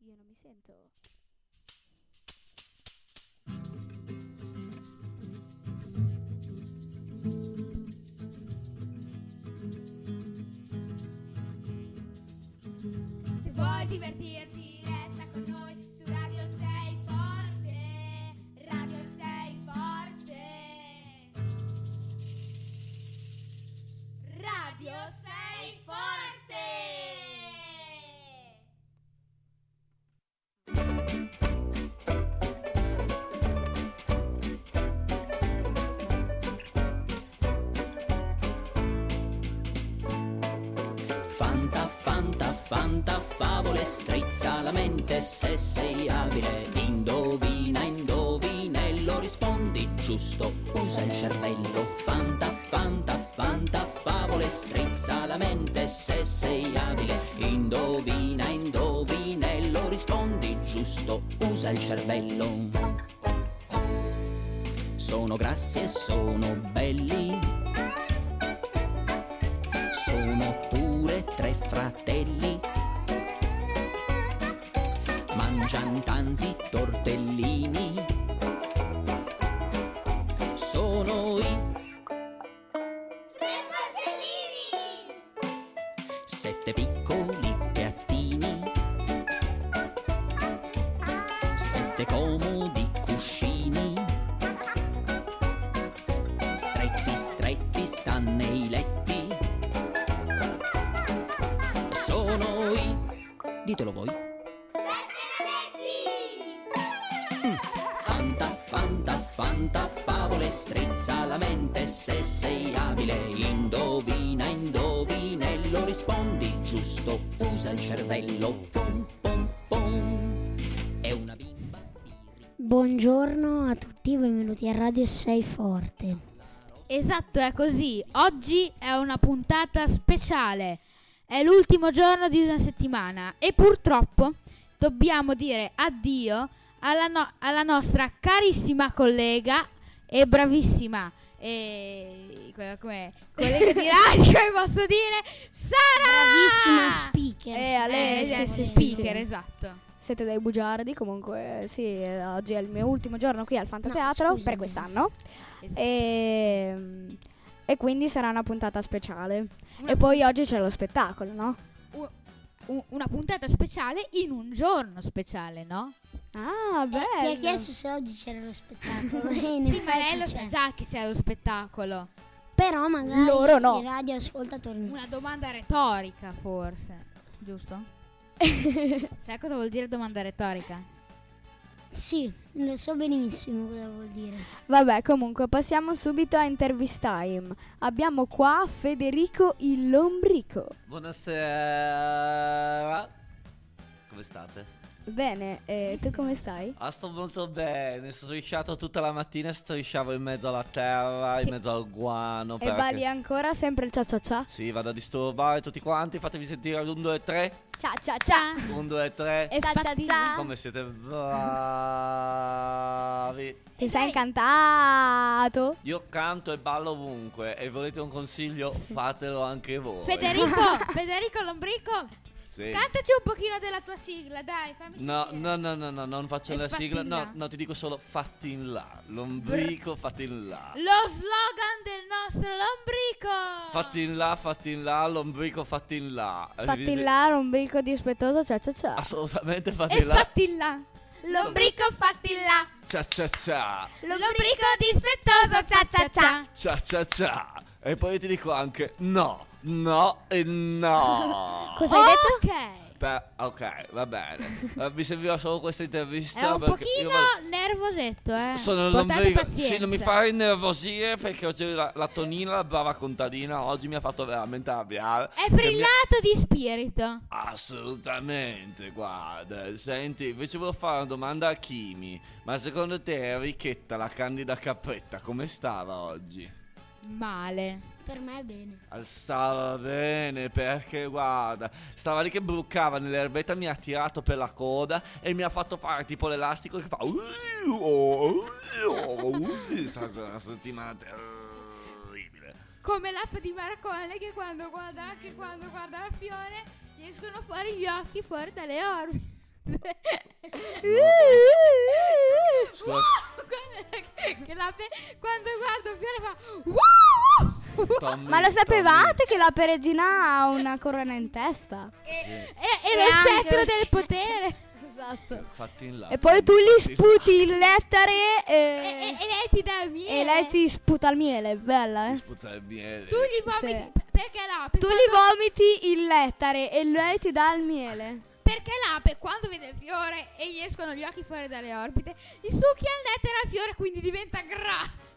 Io non mi sento. Se vuoi divertirti, resta con noi su Radio 6 Forte. Radio 6 Forte. Radio 6 Forte. Fanta, favole, strizza la mente se sei abile. Indovina, indovinello, rispondi giusto, usa il cervello. Fanta, favole, strizza la mente se sei abile. Indovina, indovinello, rispondi giusto, usa il cervello. Sono grassi e sono belli, sono pure tre fratelli, mangiano tanti tortellini, sono i Tre porcellini. sette piccoli piattini, sette comodi cuscini, stretti stretti stanno nei letti, sono i, ditelo voi. Fanta, favole, strizza la mente se sei abile. Indovina, indovinello, rispondi giusto, usa il cervello. Pom, pom, pom. È una bimba Buongiorno a tutti, benvenuti a Radio 6 Forte. Esatto, è così. Oggi è una puntata speciale. È l'ultimo giorno di una settimana e purtroppo dobbiamo dire addio alla nostra carissima collega e bravissima collega di radio, come posso dire, Sara! Bravissima speaker. Speaker, esatto. Siete dei bugiardi, comunque sì, oggi è il mio ultimo giorno qui al Fantateatro scusami. per quest'anno Esatto. e quindi sarà una puntata speciale. E poi oggi c'è lo spettacolo, no? Una puntata speciale in un giorno speciale, no? Ah, Ti ha bello! chiesto se oggi c'era lo spettacolo. E in Sì, ma effetti lei lo c'è. sa già che c'è lo spettacolo. Però magari Loro no. i radioascoltatori no. Una domanda retorica, forse, giusto? Sai cosa vuol dire domanda retorica? Sì, lo so benissimo cosa vuol dire. Vabbè, comunque passiamo subito a Intervist Time. Abbiamo qua Federico il Lombrico. Buonasera. Come state? Bene, tu come stai? Sto molto bene. Sto strisciato tutta la mattina. Strisciavo in mezzo alla terra, in mezzo al guano. E balli ancora sempre il cia cia cia? Sì, vado a disturbare tutti quanti. Fatemi sentire l'1, 2, 3. Cia cia cia! 1, 2, 3. E fatti Come siete bravi. Ti sei incantato? Io canto e ballo ovunque. E volete un consiglio? Fatelo anche voi. Federico Lombrico, Sì. cantaci un pochino della tua sigla, dai, fammi No, sentire. no, non faccio E la fatti sigla. in No, là. no, ti dico solo fatti in là. Lombrico, fatti in là. Lo slogan del nostro Lombrico. Fatti in là, lombrico fatti in là. Fatti in là, Lombrico dispettoso, cia cia cia. Assolutamente fatti E in là. fatti in là. Lombrico fatti in là. Cia cia cia. Lombrico dispettoso, cia cia cia. Cia cia cia. E poi ti dico anche no, no e no. Cosa hai detto? Ok. Ok, va bene. Mi serviva solo questa intervista. È un perché pochino io nervosetto, sono Portate lombrico. pazienza. Sì, non mi fai innervosire perché oggi la Tonina, la brava contadina, oggi mi ha fatto veramente arrabbiare. È brillato di spirito. Assolutamente, guarda, senti, invece volevo fare una domanda a Kimi. Ma secondo te Enrichetta, la candida capretta, come stava oggi? Male. Per me è bene. Stava bene perché guarda, stava lì che bruccava nell'erbetta, mi ha tirato per la coda e mi ha fatto fare tipo l'elastico che fa. È stata una settimana terribile. Come l'app di Marcone che quando guarda la Fiore gli escono fuori gli occhi fuori dalle orbi. Scusa, Che l'ape, quando guarda un fiore fa Tommy, Ma lo sapevate Tommy. che l'ape regina ha una corona in testa? e lo scettro del potere. Esatto. Fatti in là. E poi tu gli Fatti- sputi il nettare E lei ti dà il miele. e lei ti sputa il miele, bella, eh? Sputa il miele. Tu gli vomiti. Sì. Perché l'ape? Tu quando- gli vomiti il nettare e lei ti dà il miele. Perché l'ape, quando vede il fiore e gli escono gli occhi fuori dalle orbite, gli succhia il nettare al fiore, quindi diventa grassa.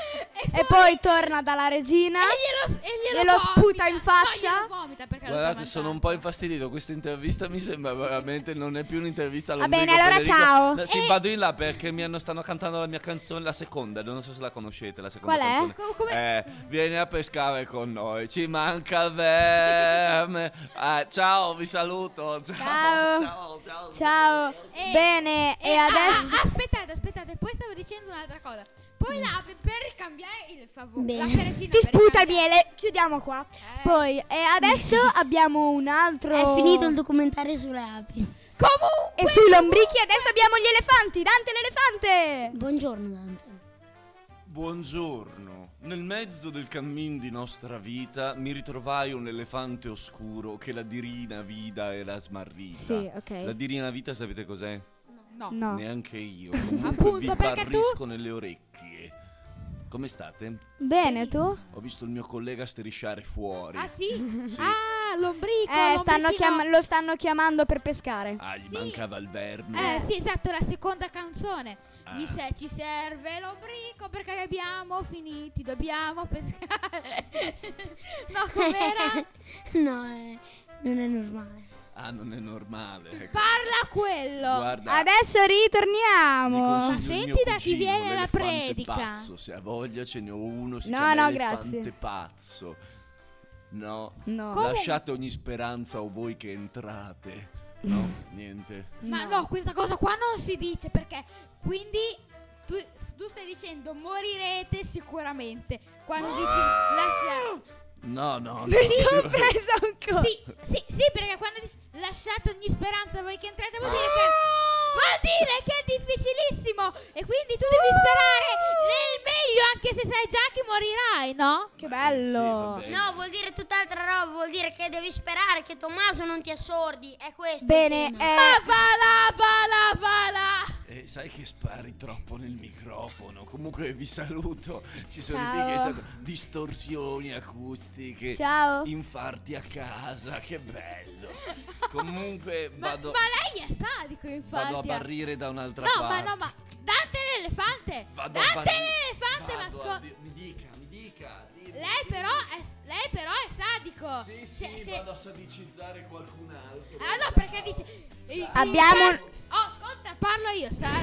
E poi torna dalla regina. glielo glielo sputa in vomita. faccia. No, glielo vomita perché lo Guardate, fa sono un mangiare. po' infastidito. Questa intervista mi sembra veramente non è più un'intervista Va all'ombrico. bene, allora Federico. ciao. No, sì, vado in là perché stanno cantando la mia canzone, la seconda. Non so se la conoscete, la seconda Qual è? canzone. Come- Vieni a pescare con noi, ci manca il verme. Ciao, vi saluto. Ciao. Ciao, ciao. Ciao. Bene, e adesso Aspettate, poi stavo dicendo un'altra cosa. Poi l'ape, per ricambiare il favore, Bene. l'ape regina ti per sputa il ricambiare- miele. Chiudiamo qua. Poi, e adesso abbiamo un altro. È finito il documentario sulle api. Comunque, E sui lombrichi adesso abbiamo gli elefanti. Dante l'elefante. Buongiorno Dante. Buongiorno. Nel mezzo del cammin di nostra vita mi ritrovai un elefante oscuro che la dirina vida e la smarrita. Sì, ok. La dirina vita sapete cos'è? no. No. Neanche io. Comunque Appunto, vi perché tu- barrisco nelle orecchie. Come state? Bene, tu? Ho visto il mio collega strisciare fuori. Ah sì? Sì. Ah, lombrico. Lo stanno chiamando per pescare. Ah, gli Sì. mancava il verme. Sì, esatto, la seconda canzone. Ah. Ci serve lombrico perché li abbiamo finiti, dobbiamo pescare. No, com'era? No, non è normale. Ah, non è normale. Ecco. Parla quello. Guarda, Adesso vi ritorniamo. consiglio Ma il senti mio da chi cugino, viene la l'elefante predica. Pazzo, se ha voglia ce ne ho uno, si No, chiama no, elefante grazie. pazzo. No. No. Come? Lasciate ogni speranza o voi che entrate. No, niente. Ma no, questa cosa qua non si dice perché quindi tu stai dicendo morirete sicuramente quando dici lasciare. No, no, no. Mi sono presa un colpo. Sì, perché quando dici lasciate ogni speranza voi che entrate vuol dire che è difficilissimo e quindi tu devi sperare nel meglio anche se sai già che morirai, no? Che bello. Sì, vabbè. No, vuol dire tutt'altra roba, vuol dire che devi sperare che Tommaso non ti assordi, è questo. Bene, il tema. Ma va là. Sai che spari troppo nel microfono. Comunque vi saluto. Ci sono Ciao. qui che sono distorsioni acustiche. Ciao. Infarti a casa, che bello. Comunque Ma vado lei è sadico infatti. a barrire da un'altra No, parte. ma Dante l'elefante. Vado a Dante barrire. l'elefante, ma Vado a ascolta. mi dica. Lei però è sadico. Sì, Se- vado a sadicizzare qualcun altro. Ah no, perché dice Abbiamo- Oh, ascolta, parlo io, Sara.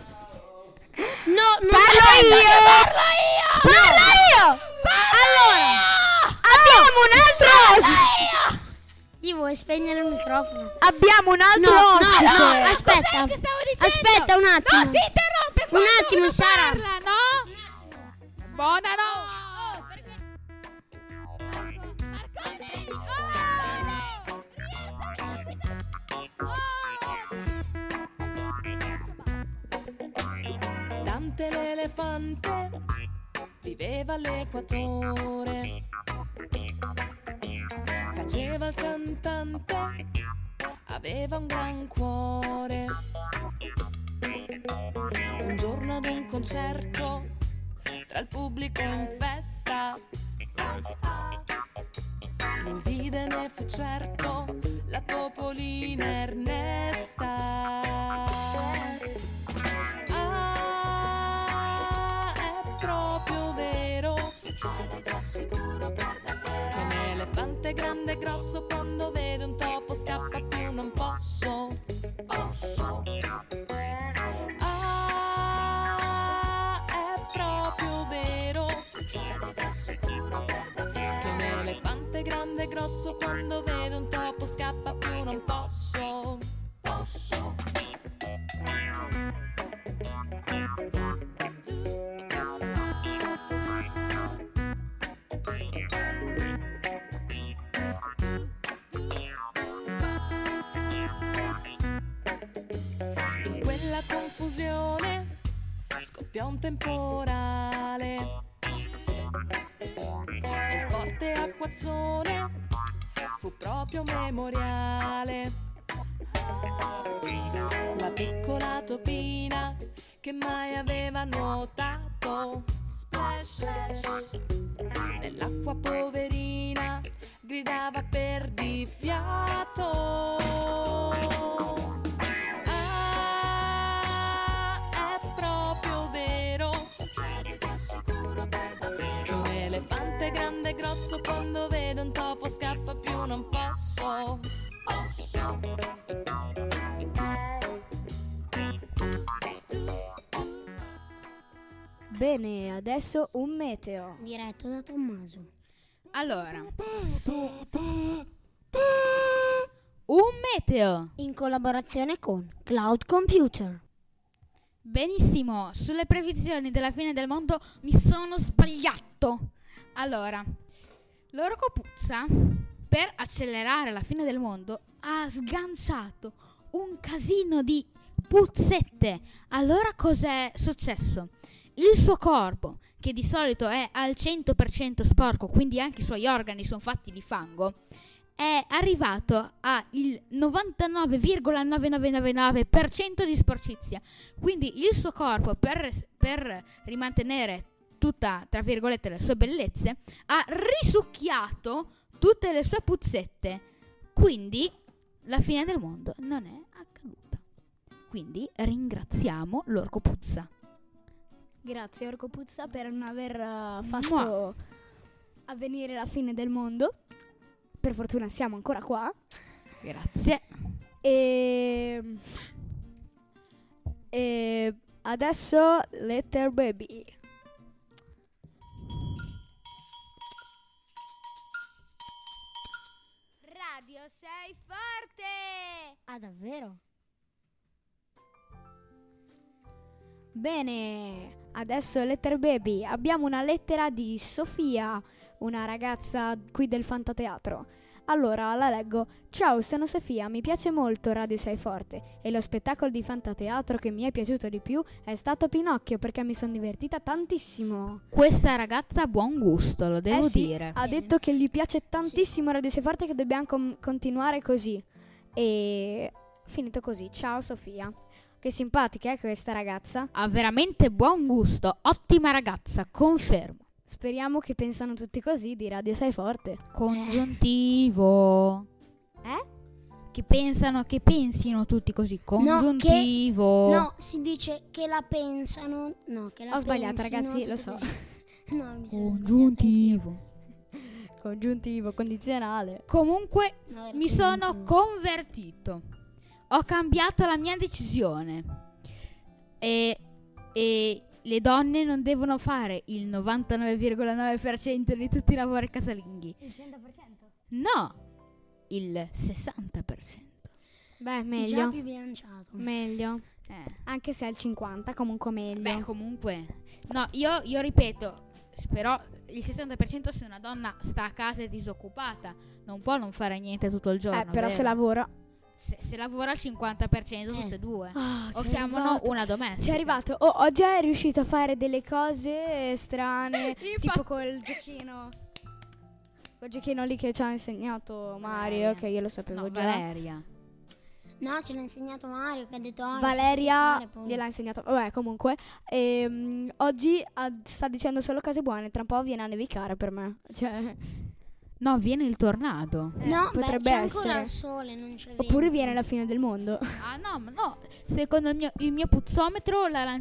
No, non Parlo io. Parlo io. Allora, abbiamo un altro ospite. Gli vuoi spegnere il microfono? Abbiamo un altro No, ospite. no, Cos'è aspetta. che stavo dicendo? Aspetta un attimo. No, si interrompe Un quando attimo, uno Sara. parla, no? Buonanotte. Marcone. Dante l'elefante viveva all'equatore, faceva il cantante, aveva un gran cuore. Un giorno ad un concerto, tra il pubblico in festa, lui vide ne fu certo la topolina Ernesta. Ah, è proprio vero, succede, ti assicuro per davvero, che un elefante grande e grosso quando vede un topo scappa più non posso. Ah, è proprio vero, succede, ti assicuro per davvero, che un elefante grande e grosso quando vede un topo scappa più non posso. scoppiò un temporale e il forte acquazzone fu proprio memoriale. La piccola topina che mai aveva nuotato, splash, nell'acqua poverina gridava per di fiato. Ah, è proprio vero, succede da sicuro per davvero, che un elefante grande e grosso quando vede un topo scappa più non posso. Bene, adesso un meteo. Diretto da Tommaso. Allora, un meteo. In collaborazione con Cloud Computer. Benissimo, sulle previsioni della fine del mondo mi sono sbagliato. Allora, l'orcopuzza, per accelerare la fine del mondo, ha sganciato un casino di puzzette. Allora cos'è successo? Il suo corpo, che di solito è al 100% sporco, quindi anche i suoi organi sono fatti di fango, è arrivato al 99,9999% di sporcizia. Quindi il suo corpo, per rimantenere tutta, tra virgolette, le sue bellezze, ha risucchiato tutte le sue puzzette. Quindi la fine del mondo non è accaduta. Quindi ringraziamo l'orcopuzza. Grazie Orcopuzza per non aver fatto avvenire la fine del mondo. Per fortuna siamo ancora qua. Grazie. E adesso Letter Baby. Radio sei forte! Ah, davvero? Bene, adesso Letter Baby. Abbiamo una lettera di Sofia, una ragazza qui del Fantateatro. Allora, la leggo. Ciao, sono Sofia, mi piace molto Radio Sei Forte e lo spettacolo di Fantateatro che mi è piaciuto di più è stato Pinocchio perché mi sono divertita tantissimo. Questa ragazza ha buon gusto, lo devo Sì, dire. ha detto che gli piace tantissimo Radio Sei Forte, che dobbiamo continuare così. E finito così. Ciao Sofia. Che simpatica è questa ragazza. Ha veramente buon gusto, ottima ragazza, confermo. Speriamo che pensano tutti così di Radio Sei Forte. Congiuntivo. Che pensino tutti così. Congiuntivo. No, si dice che la pensano. No, che la Ho sbagliato, pensino ragazzi, lo tutti so. così. No, mi sono Congiuntivo. Congiuntivo, condizionale. Comunque sbagliata. No, mi era sono congiuntivo. convertito. Ho cambiato la mia decisione. E le donne non devono fare il 99,9% di tutti i lavori casalinghi. Il 100%? No, il 60%. Beh, Già meglio. più bilanciato. Meglio. Anche se è il 50, comunque meglio. Beh, comunque. No, io ripeto, però il 60% se una donna sta a casa e disoccupata, non può non fare niente tutto il giorno. Però se vero? lavora. Se lavora al 50% tutte e due. Ah, O ci è chiamano arrivato. una domestica. Ci è arrivato. Oggi è riuscito a fare delle cose strane. Infatti- Tipo col giochino. Quel giochino lì che ci ha insegnato Mario, Valeria. che io lo sapevo No, già. Valeria. No, ce l'ha insegnato Mario che ha detto Valeria fare, poi. gliel'ha insegnato. Vabbè, comunque. Oggi sta dicendo solo cose buone. Tra un po' viene a nevicare per me. Cioè, No, viene il tornado. No, potrebbe beh, c'è essere. ancora il sole, non c'è Oppure vento. viene la fine del mondo. Ah no, ma no. Secondo il mio puzzometro la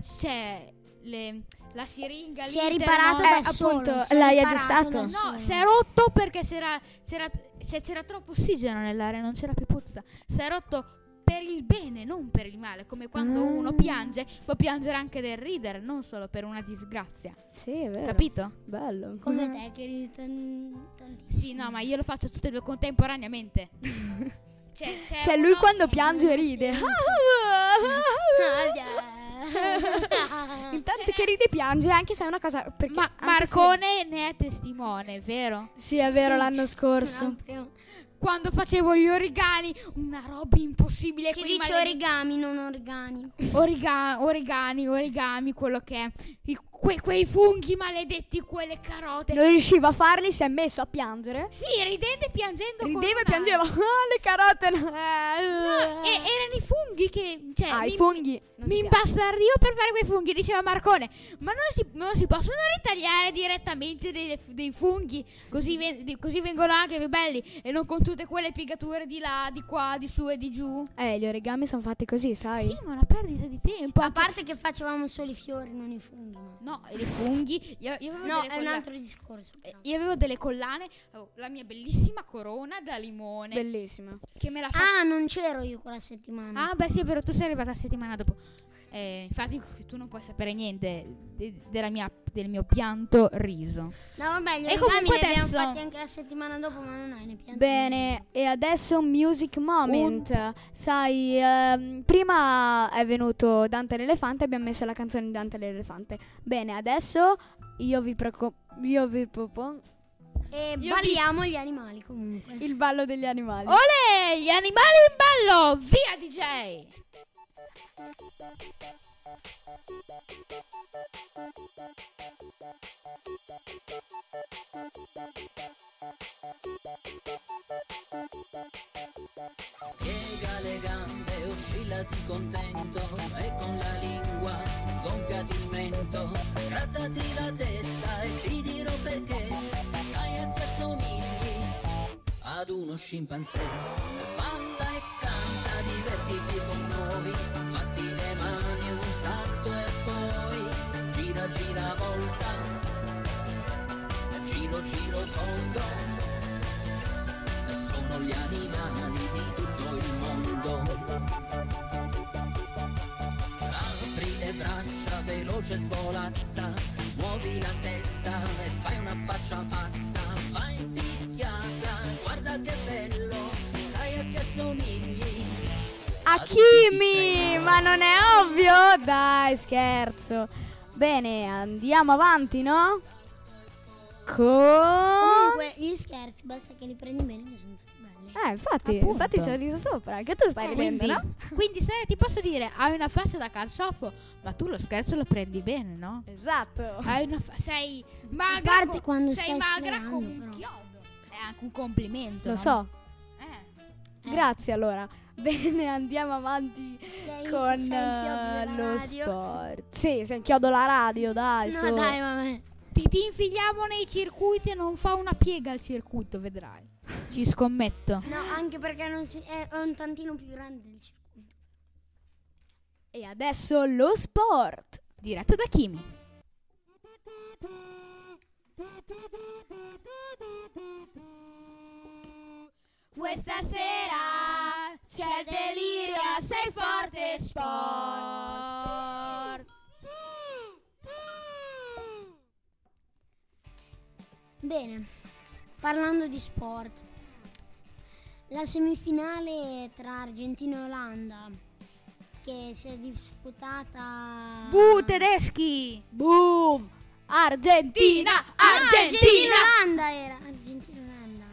siringa Si lì, è il riparato termometro- da solo. appunto, si è l'hai riparato aggiustato? da No, solo. si è rotto perché c'era troppo ossigeno nell'aria, non c'era più puzza. Si è rotto per il bene, non per il male. Come quando uno piange, può piangere anche del ridere, non solo per una disgrazia. Sì, è vero. Capito? Bello. Come te che ridi tantissimo. Sì, no, ma io lo faccio tutte e due contemporaneamente. C'è Cioè, lui uno- quando piange ride. Intanto che ride piange, anche se è una cosa. Perché Ma anche se- Marcone ne è testimone, vero? Sì, è vero, Sì. l'anno scorso. Proprio. quando facevo gli origami, una roba impossibile. Si quei dice origami, non organi. Origami, quello che è. Quei funghi maledetti, quelle carote. Non riusciva a farli, si è messo a piangere. Sì, ridente e piangendo. Rideva e piangeva. Le carote. No, erano i funghi che. Cioè, I funghi. non Mi mi piace. imbastardivo per fare quei funghi, diceva Marcone. Ma non si possono ritagliare direttamente dei funghi. Così vengono anche più belli. E non con tutte quelle piegature di là, di qua, di su e di giù. Gli origami sono fatti così, sai? Sì, ma è una perdita di tempo. A anche- parte che facevamo solo i fiori, non i funghi. No, e i funghi. Io avevo No, delle è un altro discorso. però. Io avevo delle collane, avevo la mia bellissima corona da limone. Bellissima. Che me la fa. Ah, non c'ero io quella settimana. Ah, beh, sì, è vero, tu sei arrivata la settimana dopo. Infatti, tu non puoi sapere niente del mio pianto riso. No, vabbè, gli E origami comunque li abbiamo adesso- fatti anche la settimana dopo, ma non hai ne pianti. Bene, e adesso music moment. Sai, prima è venuto Dante l'elefante, abbiamo messo la canzone di Dante l'elefante. Bene, adesso io vi propongo E Io balliamo gli animali comunque. il ballo degli animali. Olè, gli animali in ballo! Via DJ! Piega le gambe, oscillati contento e con la lingua gonfiati il mento. Grattati la testa e ti dirò perché. Sai a che assomigli ad uno scimpanzé. Balla e canta, divertiti con noi. Batti le mani, un salto e poi gira, gira, volta. Giro, giro, tondo. Sono gli animali di tutto il mondo. Apri le braccia, veloce svolazza, muovi la testa e fai una faccia pazza. Vai in picchiata, guarda che bello, sai a che somigli. A Kimi! Ma non è ovvio? Dai, scherzo. Bene, andiamo avanti, no? Comunque, gli scherzi, basta che li prendi bene, che sono tutti belli. Infatti ci ho riso sopra, anche tu stai ridendo, no? Quindi se ti posso dire, hai una faccia da carciofo, ma tu lo scherzo lo prendi bene, no? Esatto. Hai sei magra, parte quando sei stai magra sperando, come un però. chiodo. È anche un complimento. Lo no? so. Eh. Grazie allora. Bene, andiamo avanti con sei il chiodo della lo radio. sport. Sì, sei chiodo la radio, dai. No, su. dai, vabbè. Ti infiliamo nei circuiti e non fa una piega al circuito, vedrai. Ci scommetto. No, anche perché è un tantino più grande del circuito. E adesso lo sport. Diretto da Kimi. Questa sera c'è il delirio a Sei Forte Sport. Bene, parlando di sport, la semifinale tra Argentina e Olanda che si è disputata. Tedeschi! Boom! Argentina! Argentina-Olanda era Argentina-Olanda.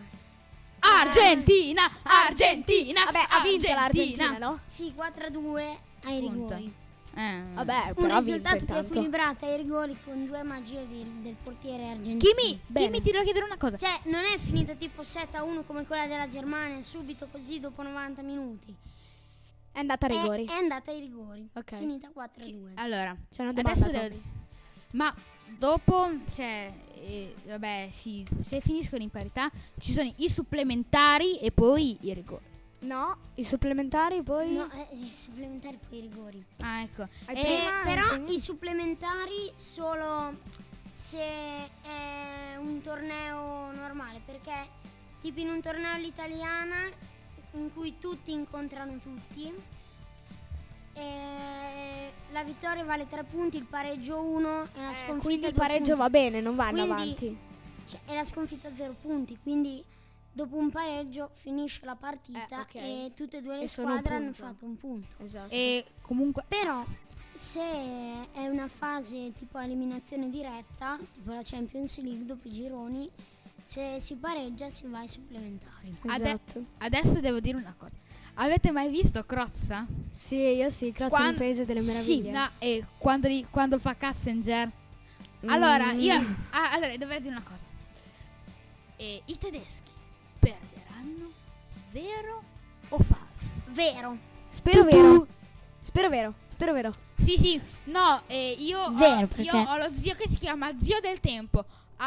Argentina! Vabbè, ha vinto l'Argentina, no? Sì, 4-2 ai Punto. rigori. Vabbè, Un però ha vinto risultato più intanto. equilibrato ai rigori con due magie del portiere argentino. Bene. Kimi, ti devo chiedere una cosa. Cioè, non è finita tipo 7-1 come quella della Germania, subito così dopo 90 minuti. È andata a rigori. È andata ai rigori. Ok. Finita 4-2. Allora, C'è una adesso domanda. devo... Ma dopo, cioè, vabbè, sì, se finiscono in parità, ci sono i supplementari e poi i rigori. No, i supplementari poi. No, i supplementari poi i rigori. Ah, ecco. Ai E- prima- Però sì. i supplementari solo se è un torneo normale, perché tipo in un torneo all'italiana in cui tutti incontrano tutti, la vittoria vale 3 punti, il pareggio 1 e la sconfitta Quindi il 2 pareggio punti. va bene, non vanno Quindi- avanti. Cioè, e la sconfitta 0 punti, quindi dopo un pareggio finisce la partita Ok. e tutte e due le E sono un squadre hanno punto. fatto un punto. Esatto. E comunque, Però se è una fase tipo eliminazione diretta, tipo la Champions League dopo i gironi, se si pareggia si va ai supplementari. Esatto. Adesso devo dire una cosa. Avete mai visto Crozza? Sì, io sì, Crozza è un paese delle meraviglie. No, e quando fa Katzinger? Allora, allora dovrei dire una cosa. I tedeschi perderanno, vero o falso? Vero. Spero vero. Spero vero. Sì, no, io Vero, perché? ho lo zio che si chiama Zio del Tempo.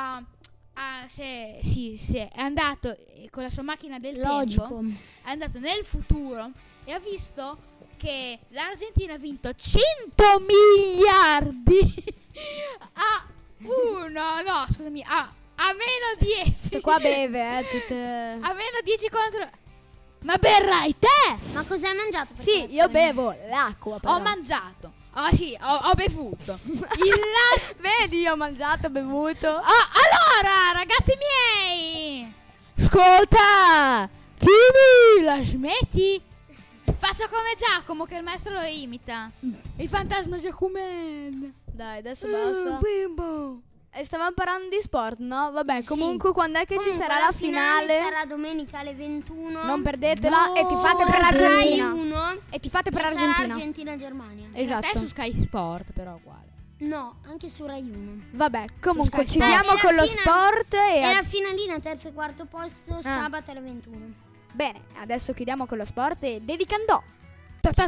È andato con la sua macchina del Logico. tempo, è andato nel futuro e ha visto che l'Argentina ha vinto 100 miliardi a meno 10. Sto qua beve, A meno 10 contro. Ma berrai te? Ma cosa hai mangiato? per Sì, io colazione? bevo l'acqua però. Ho mangiato. Ho bevuto. Vedi, io ho mangiato, bevuto. Allora, ragazzi miei, ascolta, Kimi, la smetti? Faccio come Giacomo, che il maestro lo imita. Il fantasma Giacomen. Dai, adesso basta. Bimbo. E stavamo parlando di sport, no? Vabbè, comunque quando è che ci sarà la finale? Sarà domenica alle 21. Non perdetela e tifate per Rai l'Argentina. 1. E tifate per Sarà l'Argentina. Argentina-Germania. Esatto. Te su Sky Sport, però uguale. No, anche su Rai 1. Vabbè, comunque Sky chiudiamo Sport. con lo E la sport E la finalina terzo e quarto posto sabato alle 21. Bene, adesso chiudiamo con lo sport e dedicandò. Ta.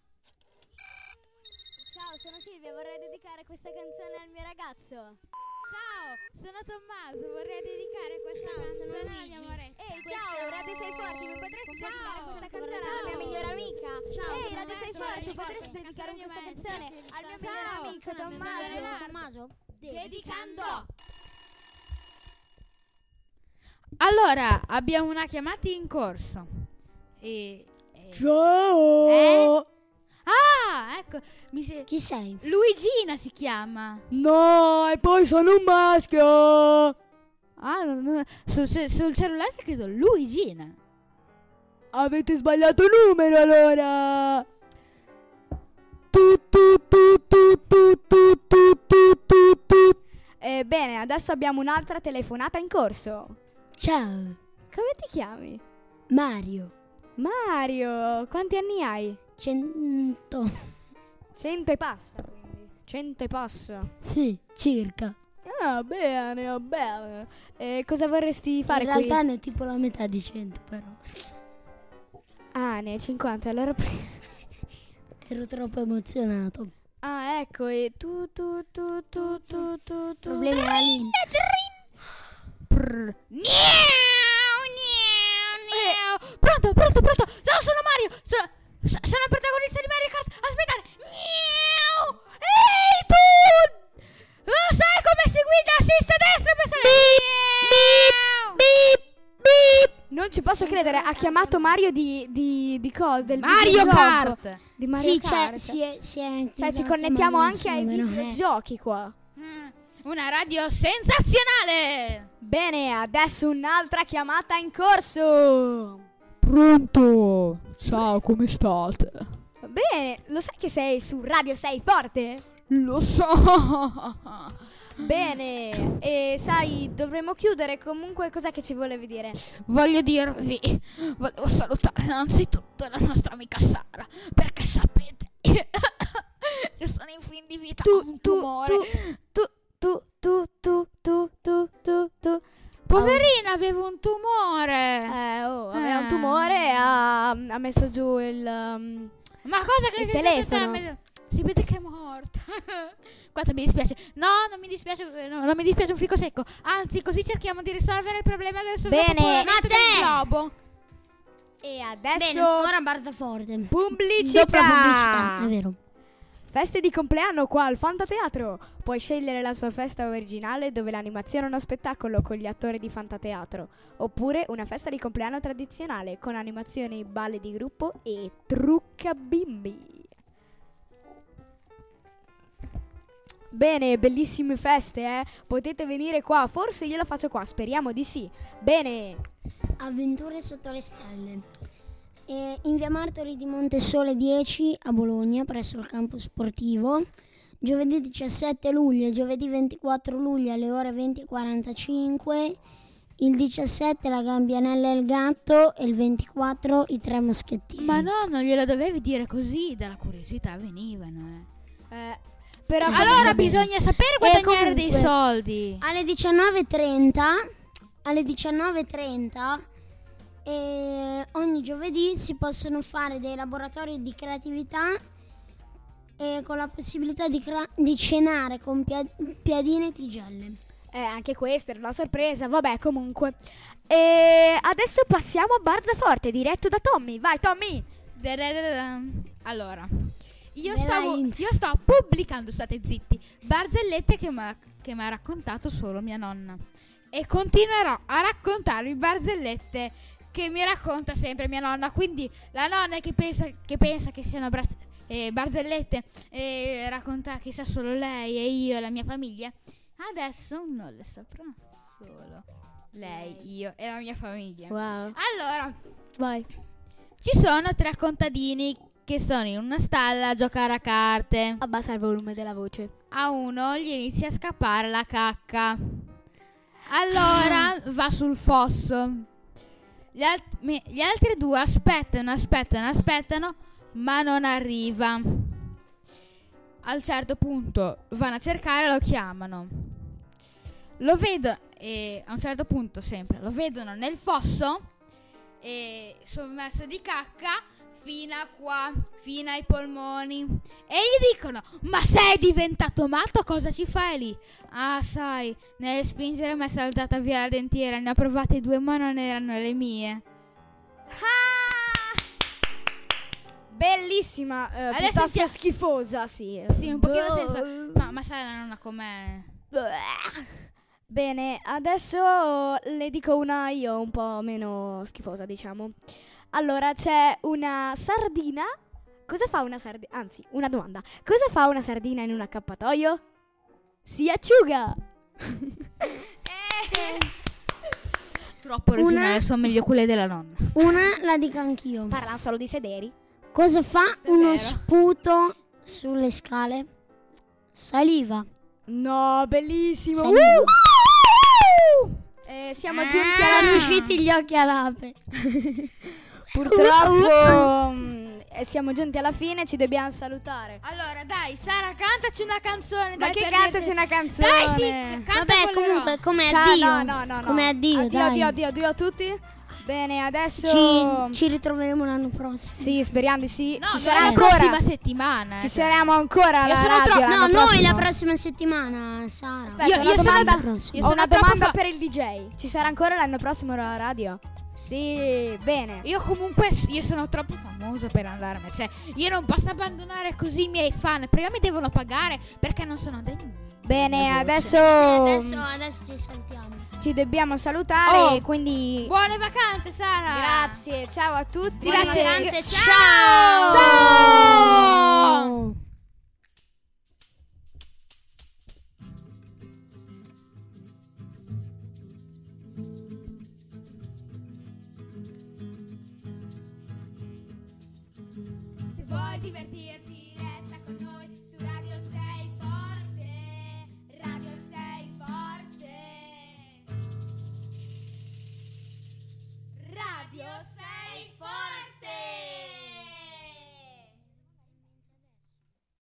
Ciao, sono Silvia, vorrei dedicare questa canzone al mio ragazzo. Ciao, sono Tommaso, vorrei dedicare questa canzone al mio amoretto. Ehi, ciao, Radio Sei Forti, mi potresti dedicare questa canzone alla mia migliore amica? Ciao, Ehi, sono Radio Sei Marco, Forti, Radio potresti Forti. dedicare questa Ciao. canzone al mio migliore Ciao, amico sono Tommaso? Tommaso? Dedicando. Allora, abbiamo una chiamata in corso. Ciao! Ecco, Chi sei? Luigina si chiama. No, e poi sono un maschio! Sul cellulare c'è scritto Luigina. Avete sbagliato numero allora! Bene, adesso abbiamo un'altra telefonata in corso. Ciao, Come ti chiami? Mario. Mario, quanti anni hai? 100. 100 e passa, quindi. 100 e passa. Sì, circa. Ah, bene, bene. E cosa vorresti fare In qui? realtà ne ho tipo la metà di 100 però. Ah, ne hai 50, allora... Ero troppo emozionato. Ah, ecco, e tu. Problemi alla linea. Pronto. Ciao, sono Mario. Sono il protagonista di Mario Kart. Aspettate. Ehi, tu! Non sai come si guida? Assista a destra per salire. Non ci posso credere, ha chiamato Mario di cosa? Del Mario videogioco. Kart. Di Mario Sì, Kart. si è Cioè, ci connettiamo anche ai videogiochi qua. Una radio sensazionale. Bene, adesso un'altra chiamata in corso. Pronto. Ciao, come state? Bene, lo sai che sei su Radio 6 Forte? Lo so. Bene, e sai, dovremmo chiudere. Comunque, cos'è che ci volevi dire? Volevo salutare innanzitutto la nostra amica Sara, perché sapete che sono in fin di vita con un tumore. Poverina, avevo un tumore. Aveva un tumore e ha messo giù il... Ma cosa che il si telefono. Si vede che è morta. Quanto mi dispiace. No, non mi dispiace un fico secco. Anzi, così cerchiamo di risolvere il problema del sovrappopolamento del globo. E adesso... Bene, ora Barza forte. Pubblicità. Dopo la pubblicità, è vero. Feste di compleanno qua al Fantateatro. Puoi scegliere la sua festa originale dove l'animazione è uno spettacolo con gli attori di Fantateatro, oppure una festa di compleanno tradizionale con animazioni, balli di gruppo e trucca bimbi. Bene, bellissime feste, potete venire qua. Forse io la faccio qua, speriamo di sì. Bene. Avventure sotto le stelle. In via Martori di Montesole 10 a Bologna, presso il campo sportivo. Giovedì 17 luglio e giovedì 24 luglio alle ore 20:45. il 17 la Gabbianella e il gatto e il 24 i tre moschettini. Ma no, non glielo dovevi dire così, dalla curiosità venivano. Però Allora bisogna sapere guadagnare dei comunque, soldi. Alle 19:30 ogni giovedì si possono fare dei laboratori di creatività con la possibilità di cenare con piadine e tigelle. anche questa era una sorpresa, vabbè, comunque. E adesso passiamo a Barzaforte, diretto da Tommy. Vai, Tommy! Allora, io sto pubblicando, state zitti, barzellette che mi ha raccontato solo mia nonna. E continuerò a raccontarvi barzellette che mi racconta sempre mia nonna. Quindi la nonna che pensa che siano barzellette racconta che sa solo lei e io e la mia famiglia, adesso non le saprà solo lei, io e la mia famiglia. Wow. Allora, Vai. ci sono 3 contadini che sono in una stalla a giocare a carte. Abbassa il volume della voce. A uno gli inizia a scappare la cacca. Allora va sul fosso. Gli altri 2 aspettano, ma non arriva. A un certo punto vanno a cercare, lo chiamano. Lo vedono e a un certo punto sempre lo vedono nel fosso e sommerso di cacca fino a qua, fino ai polmoni, e gli dicono: ma sei diventato matto? Cosa ci fai lì? Ah, sai, nelle spingere mi è saltata via la dentiera, ne ho provate 2 ma non erano le mie. Bellissima, Adesso piuttosto sentiamo- schifosa, sì. Sì, un pochino senza. Ma sai la nonna com'è? Bene, adesso le dico una io un po' meno schifosa, diciamo. Allora, c'è una sardina. Cosa fa una sardina? Anzi, una domanda. Cosa fa una sardina in un accappatoio? Si acciuga. Troppo originale, sono meglio quelle della nonna. Una la dico anch'io. Parlano solo di sederi. Cosa fa Questo è uno vero. sputo sulle scale? Saliva. No, bellissimo. Saliva. Siamo giunti Sono alla usciti gli occhi all'ape. Purtroppo siamo giunti alla fine, ci dobbiamo salutare. Allora, dai, Sara, cantaci una canzone. Ma dai, che per cantaci una canzone? Dai, sì, canta Vabbè, Bolero. comunque, come Ciao, addio. no. Come addio, dai. Addio a tutti. Bene, adesso Ci ritroveremo l'anno prossimo. sì, speriamo di sì. No, ci non sarà la ancora. prossima settimana. Ci cioè. saremo ancora Io alla sono radio l'anno No, noi prossimo. la prossima settimana, Sara. Aspetta, Io ho una sono domanda, io ho sono una troppo domanda fa- per il DJ. Ci sarà ancora l'anno prossimo alla radio? Sì, bene. Io comunque io sono troppo famoso per andarmene. Cioè, io non posso abbandonare così i miei fan. Prima mi devono pagare perché non sono degni. Bene, adesso Adesso ci salutiamo. ci dobbiamo salutare, Oh, quindi Buone vacanze, Sara. grazie, ciao a tutti. Grazie. Buone vacanze, Ciao. Ciao. Se vuoi divertirti